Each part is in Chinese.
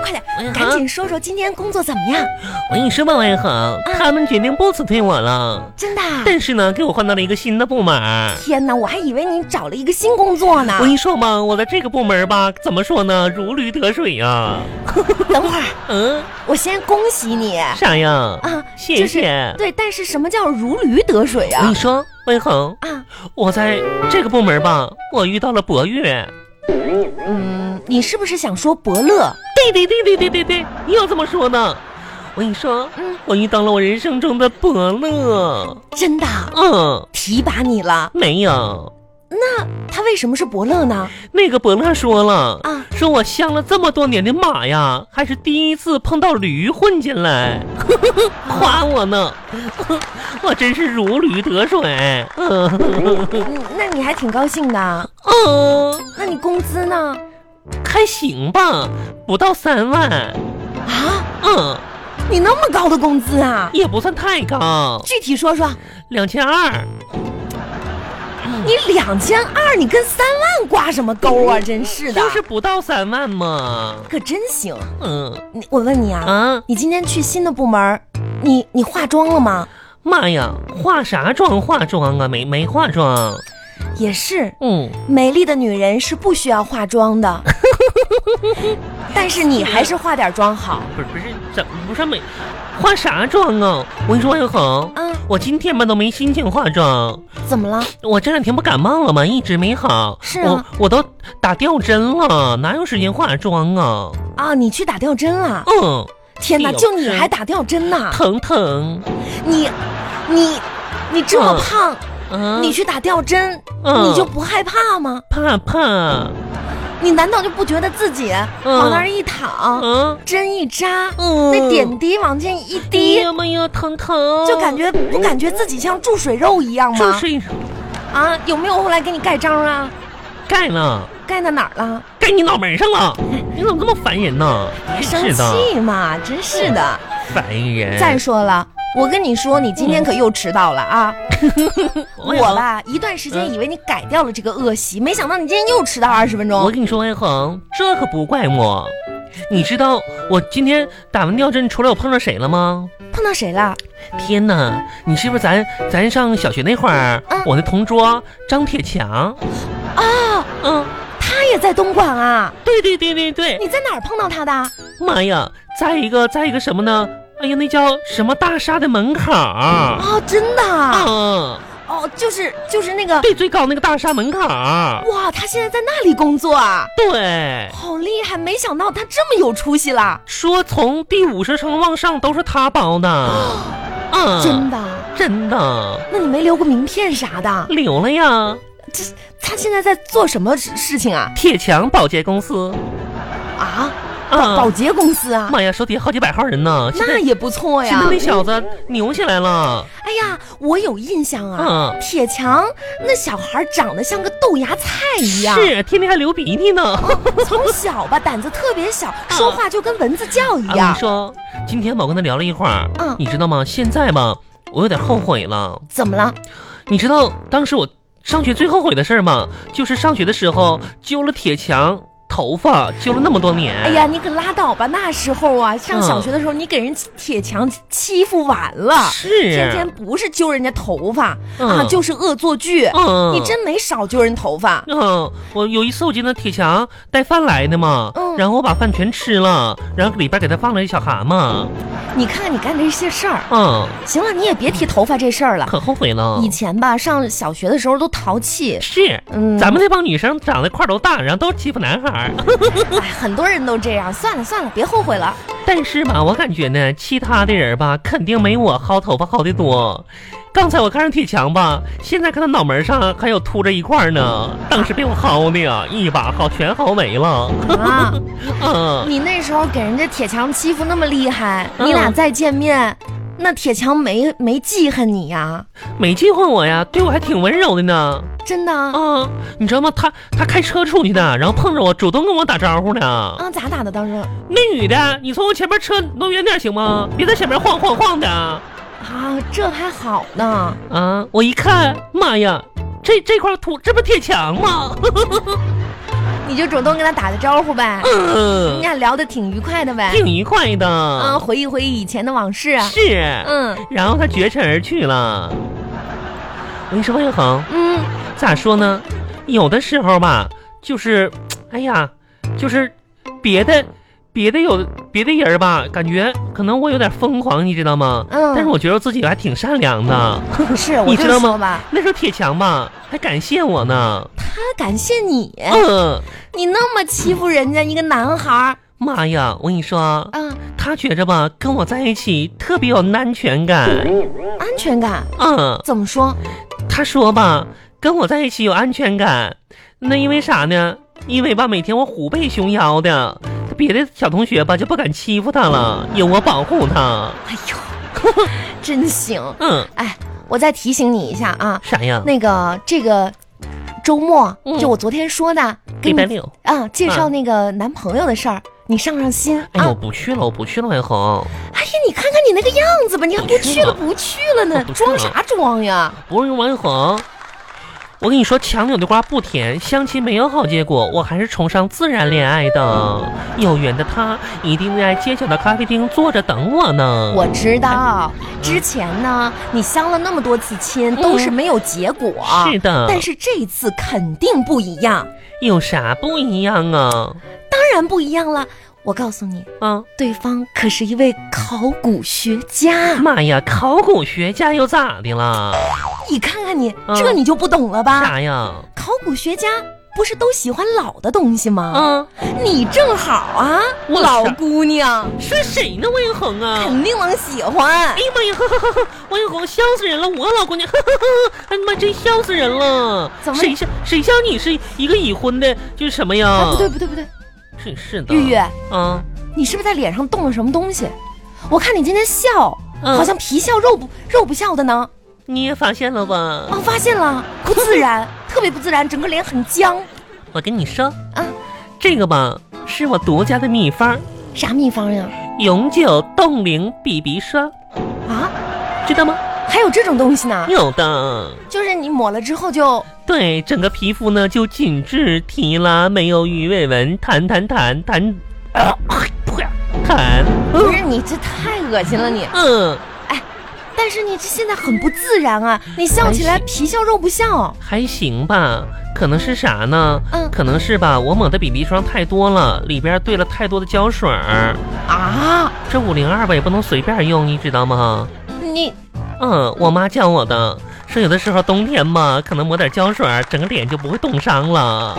快点，赶紧说说今天工作怎么样？ 我跟你说吧，王一恒，他们决定不辞退我了。 真的？ 但是呢，给我换到了一个新的部门。 天哪，我还以为你找了一个新工作呢。 我跟你说嘛，我在这个部门吧，怎么说呢，如驴得水呀。 等会儿，我先恭喜你。 啥呀？ 啊， 谢谢。 对，但是什么叫如驴得水啊？ 我跟你说，王一恒啊， 我在这个部门吧，我遇到了博越。 你是不是想说伯乐？ 对，你要这么说呢？我跟你说，我遇到了我人生中的伯乐。 真的？提拔你了？ 没有。 那他为什么是伯乐呢？ 那个伯乐说了啊， 说我相了这么多年的马呀，还是第一次碰到驴混进来，夸我呢，我真是如驴得水。 那你还挺高兴的。那你工资呢？ 还行吧，不到3万。 啊？你那么高的工资啊？ 也不算太高。 具体说说。 2200。 你2200，你跟3万挂什么钩啊？真是的， 就是不到3万嘛。 可真行。我问你啊，你今天去新的部门，你化妆了吗？ 妈呀，化啥妆？化妆啊，没化妆。 也是，美丽的女人是不需要化妆的。但是你还是化点妆好。 不是，怎么不是化啥妆啊？我跟你说，王一恒，我今天吧都没心情化妆。 怎么了？ 我这2天不感冒了吗？一直没好。 是啊， 我都打吊针了，哪有时间化妆啊？ 啊，你去打吊针了？天哪，就你还打吊针呢？ 疼。 你这么胖，你去打吊针，你就不害怕吗？ 怕。 你难道就不觉得自己往那儿一躺，针一扎，那点滴往进一滴， 哎呀，疼， 就不感觉自己像注水肉一样吗？ 注水啊，有没有后来给你盖章啊？ 盖了。 盖到哪儿了？ 盖你脑门上了。你怎么这么烦人呢？ 别生气嘛，真是的， 烦人。 再说了，我跟你说，你今天可又迟到了啊！我吧，一段时间以为你改掉了这个恶习，没想到你今天又迟到20分钟。 我跟你说，王一恒，这可不怪我。你知道我今天打完吊针，除了我碰到谁了吗？ 碰到谁了？ 天哪，你是不是咱上小学那会儿，我的同桌张铁强啊？他也在东莞啊？ 对。 你在哪儿碰到他的？ 妈呀，在一个什么呢？哎呀，那叫什么大厦的门口啊？ 真的？就是那个对，最高那个大厦门口。 哇，他现在在那里工作啊？ 对， 好厉害！没想到他这么有出息了。 说从第50层往上都是他包的。真的。 那你没留个名片啥的？ 留了呀。 他现在在做什么事情啊？ 铁强保洁公司。 保洁公司啊？ 妈呀，手底下好几百号人呢。 那也不错呀。 现在那小子牛起来了。 哎呀，我有印象啊。铁强那小孩长得像个豆芽菜一样。 是，天天还流鼻涕呢。 从小吧胆子特别小，说话就跟蚊子叫一样。 我跟你说，今天我跟他聊了一会儿，你知道吗？现在吧，我有点后悔了。 怎么了？ 你知道当时我上学最后悔的事吗？就是上学的时候揪了铁强头发，揪了那么多年。 哎呀，你可拉倒吧！那时候啊，上小学的时候，你给人铁强欺负完了， 是天天不是揪人家头发就是恶作剧。你真没少揪人头发。 我有一次我记得铁强带饭来的嘛，然后我把饭全吃了，然后里边给他放了一小蛤蟆。 你看看你干这些事儿，行了，你也别提头发这事儿了， 可后悔了。 以前吧，上小学的时候都淘气， 是，咱们那帮女生长得块头大，然后都欺负男孩。 很多人都这样，算了，别后悔了。 但是吧，我感觉呢，其他的人吧，肯定没我薅头发薅的多。刚才我看上铁强吧，现在看他脑门上还有秃着一块呢，当时被我薅的呀，一把薅全薅没了。 你那时候给人家铁强欺负那么厉害，你俩再见面，那铁强没记恨你呀？ 没记恨我呀，对我还挺温柔的呢。 真的你知道吗？他开车出去的，然后碰着我，主动跟我打招呼呢。 咋打的？当时那女的，你从我前面车挪远点行吗？别在前面晃的。 这还好呢。 我一看，妈呀，这块土，这不铁强吗？ 你就主动跟他打个招呼呗。你俩聊得挺愉快的呗。 挺愉快的。 回忆回忆以前的往事啊。 是。然后他绝尘而去了。我跟你说，王小恒，咋说呢？有的时候吧，就是，哎呀，就是别的人吧，感觉可能我有点疯狂，你知道吗？但是我觉得自己还挺善良的。 是， 你知道吗？ 吧那时候铁强吧还感谢我呢。 他感谢你？你那么欺负人家一个男孩。 妈呀，我跟你说，他觉着吧跟我在一起特别有安全感。 安全感？怎么说？ 他说吧跟我在一起有安全感，那因为啥呢？因为吧每天我虎背熊腰的，别的小同学吧就不敢欺负他了，有我保护他。 哎呦，真行。哎，我再提醒你一下啊。 啥呀？ 那个这个周末，就我昨天说的， 礼拜六介绍那个男朋友的事儿，你上心啊。 哎呦，我不去了，王小恒。 哎呀，你看看你那个样子吧，你还不去了呢，装啥装呀？ 不是王小恒。我跟你说，强扭的瓜不甜，相亲没有好结果，我还是崇尚自然恋爱的。有缘的他一定在街角的咖啡厅坐着等我呢。 我知道，之前呢，你相了那么多次亲，都是没有结果。 是的， 但是这次肯定不一样。 有啥不一样啊？ 当然不一样了。我告诉你，对方可是一位考古学家。 妈呀，考古学家又咋的了？ 你看看你，这你就不懂了吧？ 啥呀？ 考古学家不是都喜欢老的东西吗？你正好啊，老姑娘。 是谁呢？王小恒啊， 肯定能喜欢。哎呀妈呀，王小恒笑死人了！我老姑娘，哎呀妈，真笑死人了！ 怎么？ 谁像你是一个已婚的，就是什么呀？ 不对。 真是的， 玉玉，你是不是在脸上动了什么东西？我看你今天笑，好像皮笑肉不笑的呢。 你也发现了吧？ 发现了，不自然，特别不自然，整个脸很僵。 我跟你说，这个吧是我独家的秘方。 啥秘方呀？ 永久冻龄 BB 霜啊， 知道吗？ 还有这种东西呢？ 有的， 就是你抹了之后就对整个皮肤呢就紧致提拉，没有鱼尾纹，弹。 不是你这太恶心了你。但是你这现在很不自然啊，你笑起来皮笑肉不笑。 还行吧，可能是啥呢？可能是吧，我抹的 BB 霜太多了，里边兑了太多的胶水啊。这502吧也不能随便用，你知道吗？我妈教我的，说有的时候冬天嘛，可能抹点胶水，整个脸就不会冻伤了。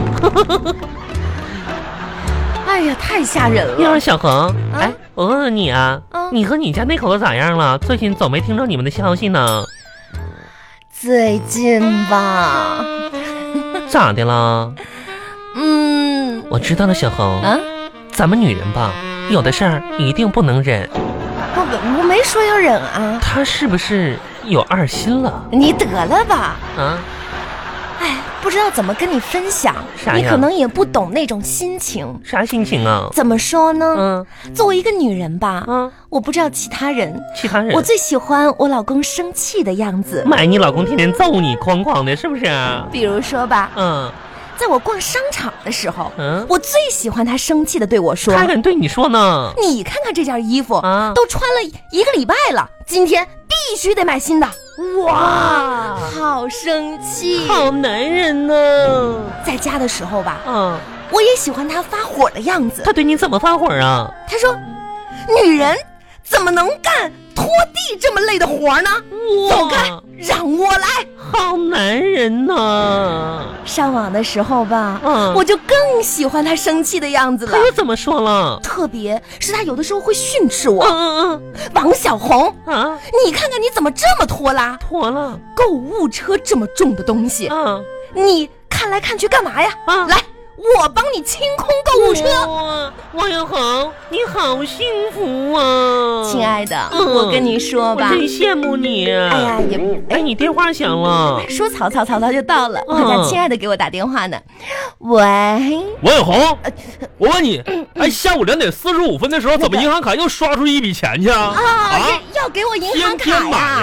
哎呀，太吓人了！ 呀，小恒，我问问你啊，你和你家那口子咋样了？最近总没听着你们的消息呢。 最近吧。 咋的了？我知道了，小恒。咱们女人吧，有的事儿一定不能忍。 我没说要忍啊。 他是不是有二心了？ 你得了吧。不知道怎么跟你分享， 啥呀？ 你可能也不懂那种心情。 啥心情啊？ 怎么说呢？作为一个女人吧，我不知道其他人，我最喜欢我老公生气的样子。 妈，你老公天天揍你，哐的，是不是？ 比如说吧，在我逛商场的时候，我最喜欢他生气的对我说：“ 他还敢对你说呢？ 你看看这件衣服，都穿了1个礼拜了，今天必须得买新的。”哇，好生气， 好男人呢。 在家的时候吧，我也喜欢他发火的样子。 他对你怎么发火啊？ 他说：“女人怎么能干拖地这么累的活呢？走开，让我来。” 好男人呢。 上网的时候吧，我就更喜欢他生气的样子了。 他又怎么说了？ 特别是他有的时候会训斥我。王小红你看看你怎么这么拖拉？ 拖了购物车这么重的东西，你看来看去干嘛呀？来，我帮你清空购物车。 王小红，你好幸福啊， 亲爱的，我跟你说吧， 我真羡慕你。 哎呀， 你电话响了， 说曹操就到了，我家亲爱的给我打电话呢。喂， 王小红，我问你，下午2点45分的时候，怎么银行卡又刷出一笔钱去啊？ 要给我银行卡呀？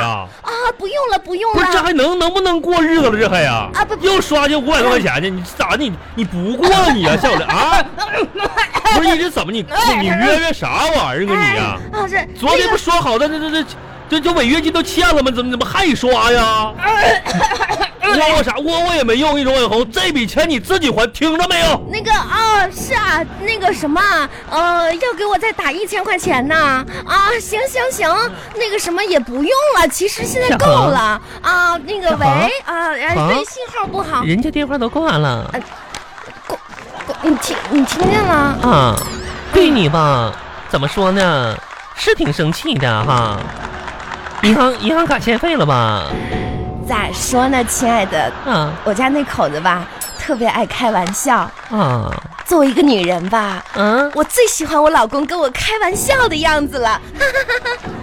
不用了，不用不是，这了。 还能不能过日子了？这还呀？ 啊不又刷去500多块钱呢？你咋的？你不过了你啊，小磊啊？不是你这怎么你约啥玩意儿啊你呀？昨天不说好的这违约金都欠了吗？怎么还刷呀？我啥我也没用一种网红，这笔钱你自己还，听着没有？ 那个是啊，那个什么要给我再打1000块钱呢。行，那个什么也不用了，其实现在够了啊。那个喂对，信号不好， 人家电话都挂了。 你听见了啊？对你吧，怎么说呢？是挺生气的哈。银行卡欠费了吧？ 咋说呢，亲爱的，我家那口子吧，特别爱开玩笑啊。 作为一个女人吧，我最喜欢我老公跟我开玩笑的样子了。